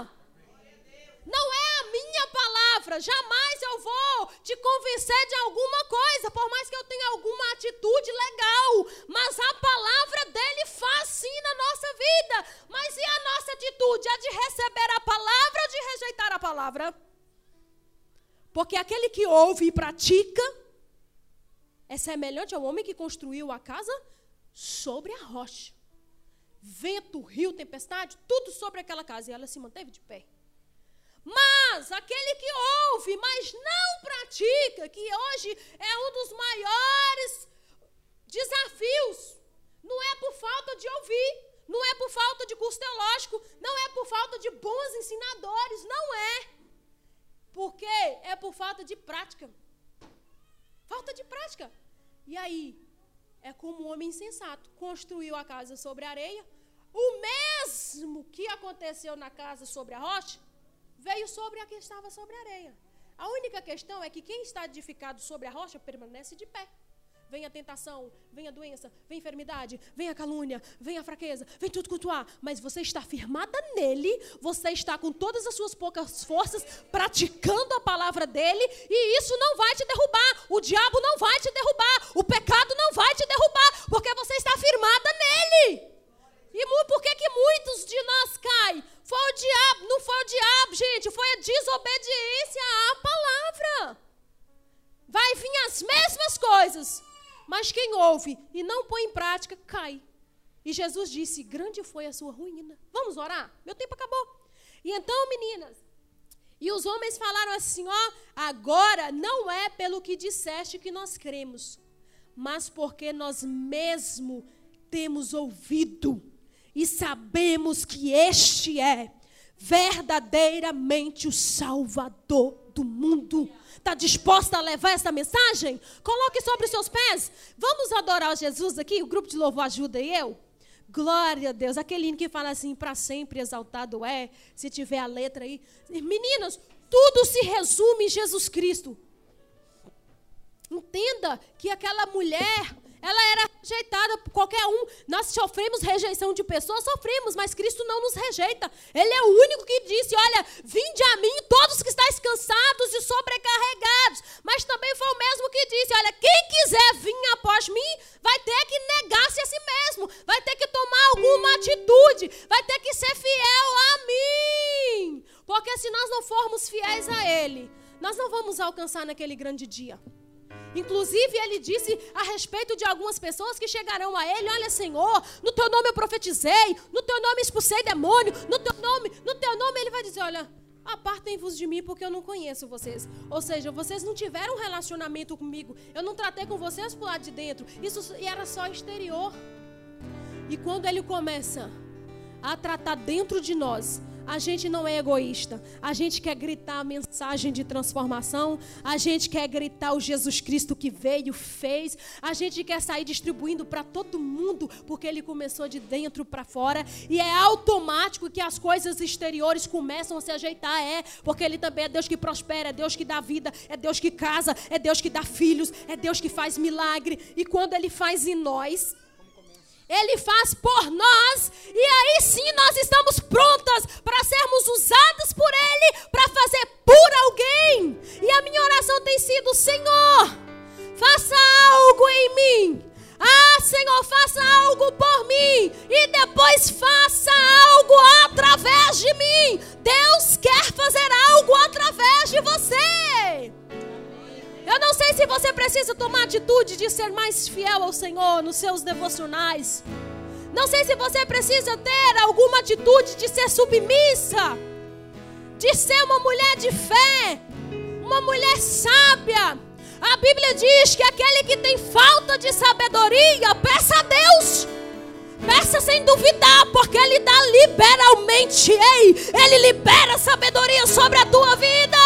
Não é a minha palavra. Jamais eu vou te convencer de alguma coisa, por mais que eu tenha alguma atitude legal. Mas a palavra dele faz sim na nossa vida. Mas e a nossa atitude? A de receber a palavra ou de rejeitar a palavra? Porque aquele que ouve e pratica é semelhante ao homem que construiu a casa sobre a rocha. Vento, rio, tempestade, tudo sobre aquela casa. E ela se manteve de pé. Mas aquele que ouve, mas não pratica, que hoje é um dos maiores desafios. Não é por falta de ouvir, não é por falta de curso teológico, não é por falta de bons ensinadores, não é. Porque é por falta de prática. Falta de prática. E aí, é como um homem insensato construiu a casa sobre a areia. O mesmo que aconteceu na casa sobre a rocha, veio sobre a que estava sobre a areia. A única questão é que quem está edificado sobre a rocha permanece de pé. Vem a tentação, vem a doença, vem a enfermidade, vem a calúnia, vem a fraqueza, vem tudo quanto há. Mas você está firmada nele, você está com todas as suas poucas forças, praticando a palavra dele, e isso não vai te derrubar. O diabo não vai te derrubar, o pecado não vai te derrubar, porque você está firmada nele. E por que que muitos de nós caem? Foi o diabo, não foi o diabo, gente, foi a desobediência à palavra. Vai vir as mesmas coisas, mas quem ouve e não põe em prática, cai. E Jesus disse, grande foi a sua ruína. Vamos orar? Meu tempo acabou. E então, meninas, e os homens falaram assim, ó, agora não é pelo que disseste que nós cremos, mas porque nós mesmo temos ouvido e sabemos que este é verdadeiramente o Salvador do mundo. Está disposta a levar essa mensagem? Coloque sobre os seus pés. Vamos adorar Jesus aqui? O grupo de louvor ajuda e eu? Glória a Deus. Aquele hino que fala assim, para sempre exaltado é. Se tiver a letra aí. Meninas, tudo se resume em Jesus Cristo. Entenda que aquela mulher, ela era rejeitada por qualquer um. Nós sofremos rejeição de pessoas, sofremos, mas Cristo não nos rejeita. Ele é o único que disse, olha, vinde a mim todos que estáis cansados e sobrecarregados. Mas também foi o mesmo que disse, olha, quem quiser vir após mim, vai ter que negar-se a si mesmo, vai ter que tomar alguma atitude, vai ter que ser fiel a mim. Porque se nós não formos fiéis a Ele, nós não vamos alcançar naquele grande dia. Inclusive, ele disse a respeito de algumas pessoas que chegarão a ele: olha, Senhor, no teu nome eu profetizei, no teu nome expulsei demônio, no teu nome, no teu nome. Ele vai dizer: olha, apartem-vos de mim porque eu não conheço vocês. Ou seja, vocês não tiveram um relacionamento comigo. Eu não tratei com vocês por lá de dentro. Isso era só exterior. E quando ele começa a tratar dentro de nós, a gente não é egoísta. A gente quer gritar a mensagem de transformação. A gente quer gritar o Jesus Cristo que veio, fez. A gente quer sair distribuindo para todo mundo, porque ele começou de dentro para fora. E é automático que as coisas exteriores começam a se ajeitar. É, porque ele também é Deus que prospera, é Deus que dá vida, é Deus que casa, é Deus que dá filhos, é Deus que faz milagre. E quando ele faz em nós, ele faz por nós, e aí sim nós estamos prontas para sermos usadas por ele, para fazer por alguém. E a minha oração tem sido: Senhor, faça algo em mim. Ah, Senhor, faça algo por mim, e depois faça algo através de mim. Deus quer fazer algo através de você. Eu não sei se você precisa tomar atitude de ser mais fiel ao Senhor nos seus devocionais. Não sei se você precisa ter alguma atitude de ser submissa, de ser uma mulher de fé, uma mulher sábia. A Bíblia diz que aquele que tem falta de sabedoria, peça a Deus. Peça sem duvidar, porque Ele dá liberalmente. Ei, Ele libera sabedoria sobre a tua vida.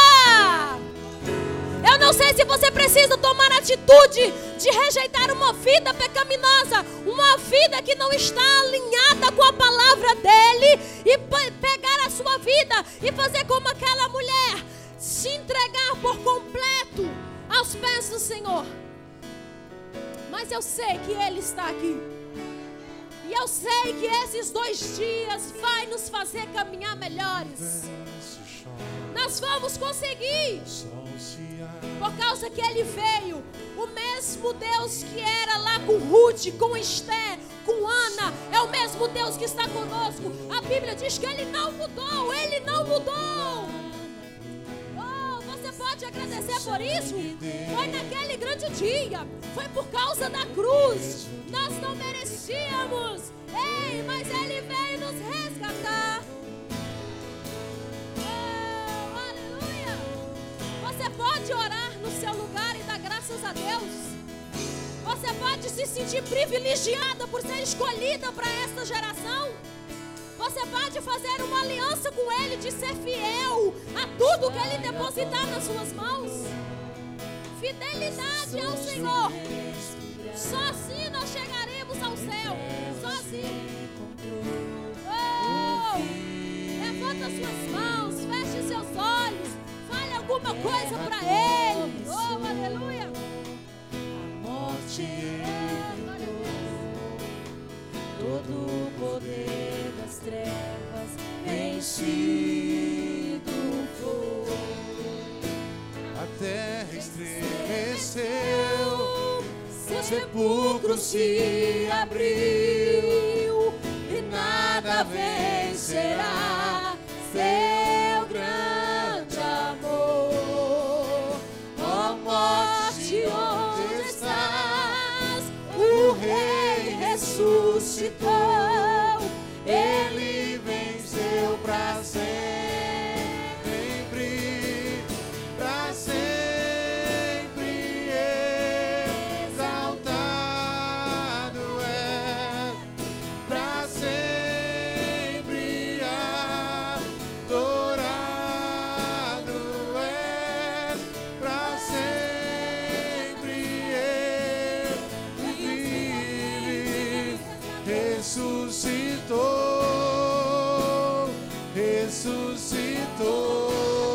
Eu não sei se você precisa tomar atitude de rejeitar uma vida pecaminosa, uma vida que não está alinhada com a palavra dele, e pegar a sua vida e fazer como aquela mulher, se entregar por completo aos pés do Senhor. Mas eu sei que Ele está aqui, e eu sei que esses dois dias vai nos fazer caminhar melhores. Nós vamos conseguir, por causa que Ele veio. O mesmo Deus que era lá com Ruth, com Esther, com Ana, é o mesmo Deus que está conosco. A Bíblia diz que Ele não mudou. Ele não mudou. Oh, você pode agradecer por isso? Foi naquele grande dia, foi por causa da cruz. Nós não merecíamos. Ei, mas Ele veio nos resgatar. Você pode orar no seu lugar e dar graças a Deus. Você pode se sentir privilegiada por ser escolhida para esta geração. Você pode fazer uma aliança com Ele de ser fiel a tudo que Ele depositar nas suas mãos. Fidelidade ao Senhor. Só assim nós chegaremos ao céu. Só assim. Oh, levanta as suas mãos, feche seus olhos. Fale alguma coisa para Ele. Oh, aleluia. A morte, todo o poder das trevas vencido foi. A terra estremeceu, seu sepulcro se abriu, e nada vencerá seu grande amor. Ó morte, onde estás? O Rei ressuscitou, Ele venceu para sempre, para sempre exaltado é, para sempre adorado é, para sempre Ele vive, ressuscitou, ressuscitou.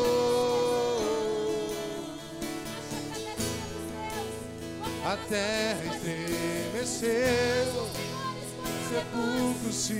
A terra estremeceu, sepulcro se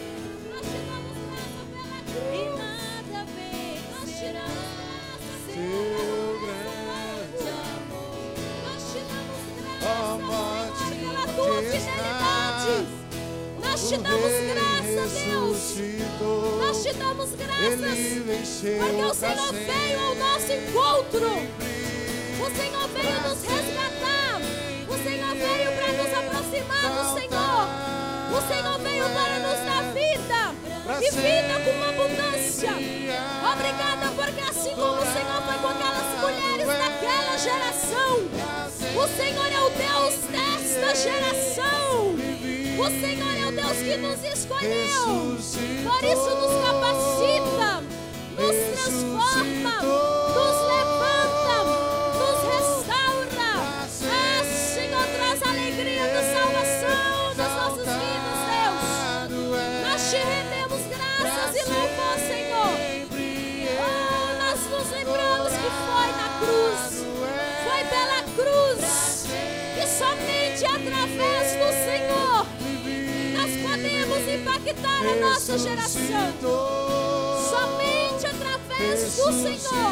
E nada vencerá seu seu grande amor. ó morte, Pela tua onde fidelidade. está? Nós te O damos Rei graça, Deus. ressuscitou, Nós te damos Ele graças. venceu Porque o pra Senhor sempre. veio ao nosso encontro. O Senhor veio nos resgatar. O Senhor veio para nos aproximar do Senhor. O Senhor veio para nos dar vida. E vida com abundância. Obrigada porque assim como o Senhor foi com aquelas mulheres daquela geração, o Senhor é o Deus desta geração. O Senhor é o Deus que nos escolheu. Por isso nos capacita, nos transforma, nos levanta, nos restaura. Ah, Senhor, traz a alegria da salvação das nossas vidas, Deus. Nós te rendemos graças e louvor, Senhor. Oh, nós nos lembramos que foi na cruz, foi pela cruz, que somente através do Senhor nós podemos impactar a nossa geração. Somente através do Senhor.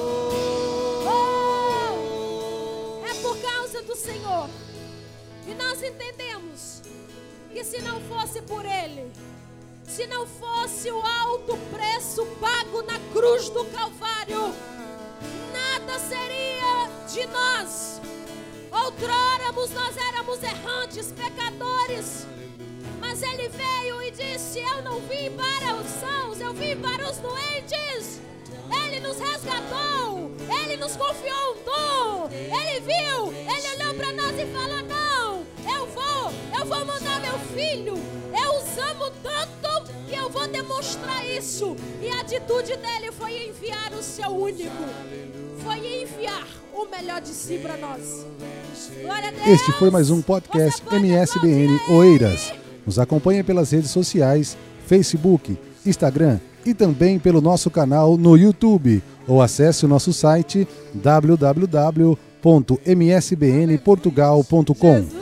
Oh, é por causa do Senhor. E nós entendemos que se não fosse por Ele, se não fosse o alto preço pago na cruz do Calvário, nada seria de nós. Outroramos, nós éramos errantes, pecadores. Mas Ele veio e disse: eu não vim para os sãos, eu vim para os doentes. Ele nos resgatou, Ele nos confiou um dom. Ele viu, Ele olhou para nós e falou: não, eu vou, eu vou mandar meu filho. Eu os amo tanto que eu vou demonstrar isso. E a atitude dele foi enviar o seu único. Foi enviar o melhor de si para nós. Glória a Deus. Este foi mais um podcast M S B N Oeiras. Nos acompanhe pelas redes sociais, Facebook, Instagram e também pelo nosso canal no YouTube. Ou acesse o nosso site w w w ponto m s b n portugal ponto com.